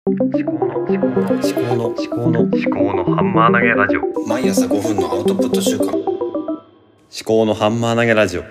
ハンマー投げラジオ。 毎朝5分のアウトプット週間。 思考のハンマー投げラジオ。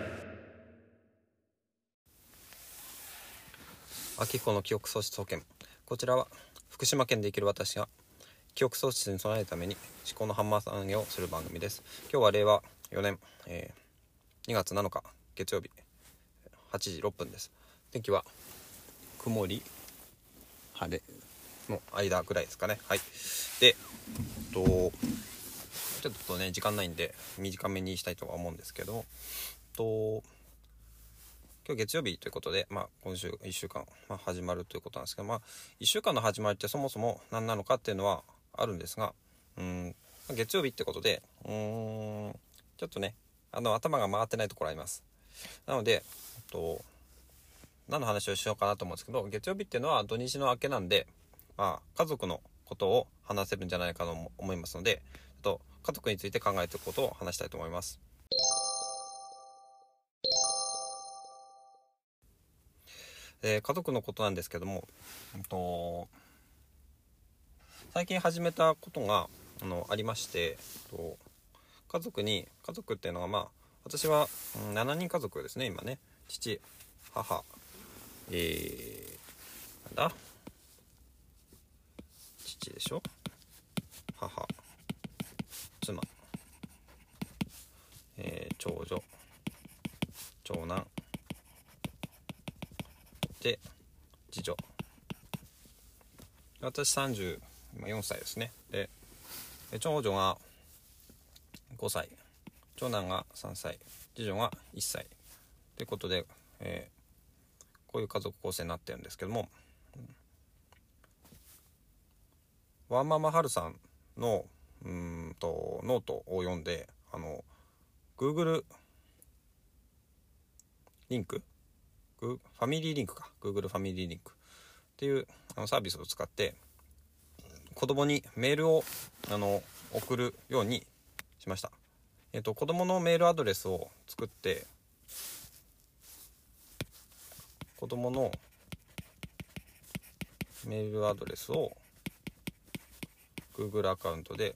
秋彦の記憶喪失保険。こちらは福島県で生きる私が記憶喪失に備えるために思考のハンマー投げをする番組です。今日は令和4年、2月7日月曜日8時6分です。天気は曇り晴れの間ぐらいですかね。はい。でちょっとね時間ないんで短めにしたいとは思うんですけど、今日月曜日ということで、今週1週間、始まるということなんですけど、1週間の始まりってそもそも何なのかっていうのはあるんですが、月曜日ってことでちょっとね頭が回ってないところあります。なので何の話をしようかなと思うんですけど、月曜日っていうのは土日の明けなんで、家族のことを話せるんじゃないかと思いますので、家族について考えていくことを話したいと思います。家族のことなんですけども、最近始めたことがありまして、家族っていうのが私は7人家族ですね。今ね、父、母、父でしょ、母、妻、長女、長男で次女、私34歳ですね。で長女が5歳、長男が3歳、次女が1歳ということで、こういう家族構成になってるんですけども、ワンママハルさんのノートを読んで、Google リンク、ファミリーリンクか、Google ファミリーリンクっていうサービスを使って子供にメールを送るようにしました。子供のメールアドレスを作って、子供のメールアドレスを Google アカウントで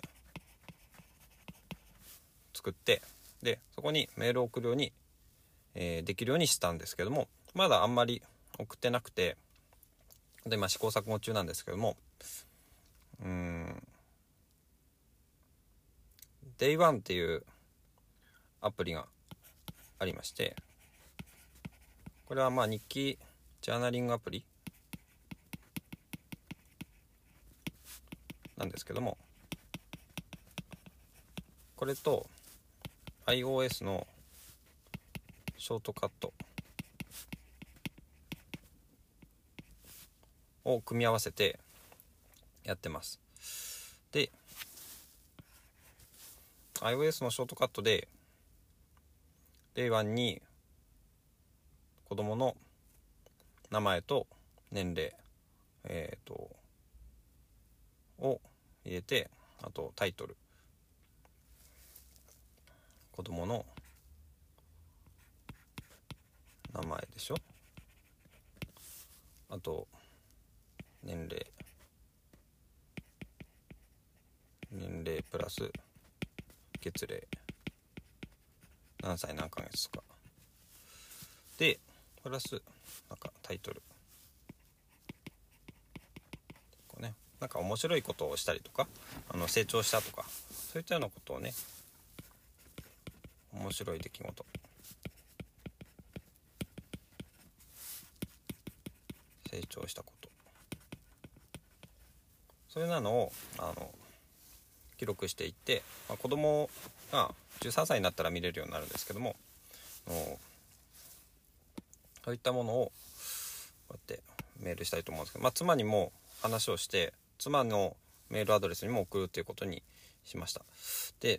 作って、でそこにメールを送るように、できるようにしたんですけども、まだあんまり送ってなくて、で試行錯誤中なんですけども、Day1 っていうアプリがありまして、これは日記ジャーナリングアプリなんですけども、これと iOS のショートカットを組み合わせてやってます。で iOS のショートカットでDay1に子供の名前と年齢を入れて、あとタイトル、子供の名前でしょ、あと年齢プラス月齢、何歳何ヶ月とかで、プラスタイトル、面白いことをしたりとか、成長したとか、そういったようなことをね、面白い出来事、成長したこと、そういうのを記録していって、子供が13歳になったら見れるようになるんですけども、そういったものをこうやってメールしたいと思うんですけど、妻にも話をして、妻のメールアドレスにも送るということにしました。で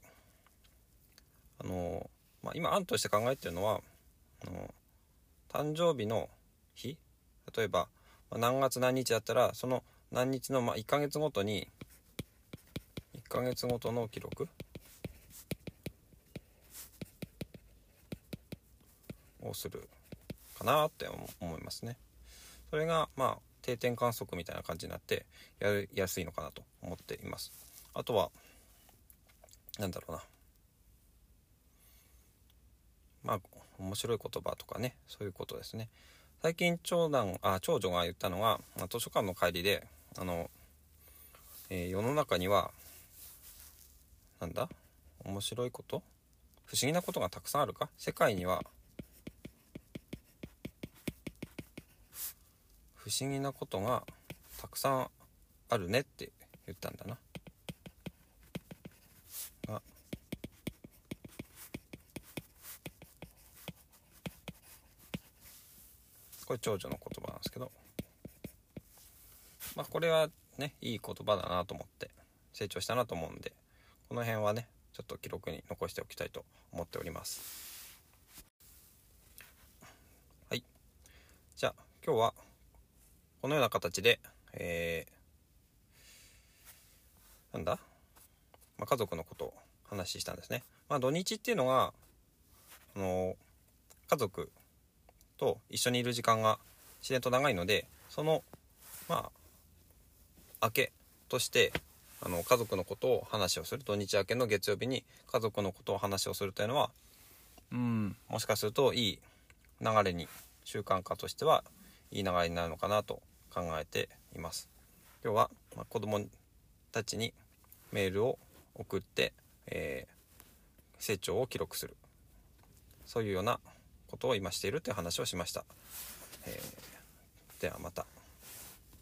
今案として考えているのは、誕生日の日、例えば何月何日だったら、その何日の1ヶ月ごとに1ヶ月ごとの記録をするかなって思いますね。それが定点観測みたいな感じになってやりやすいのかなと思っています。あとはなんだろうな、まあ面白い言葉とかね、そういうことですね。最近長女が言ったのは、図書館の帰りで世の中には面白いこと、不思議なことがたくさんあるか、世界には不思議なことがたくさんあるねって言ったんだな。これ長女の言葉なんですけど、これはね、いい言葉だなと思って成長したなと思うんで、この辺はねちょっと記録に残しておきたいと思っております。はい、じゃあ今日はこのような形で、家族のことを話したんですね。土日っていうのが家族と一緒にいる時間が自然と長いので、その明けとして家族のことを話をする、土日明けの月曜日に家族のことを話をするというのはもしかするといい流れに、習慣化としてはいい流れになるのかなと考えています。今日は、子供たちにメールを送って、成長を記録する、そういうようなことを今しているという話をしました。ではまた。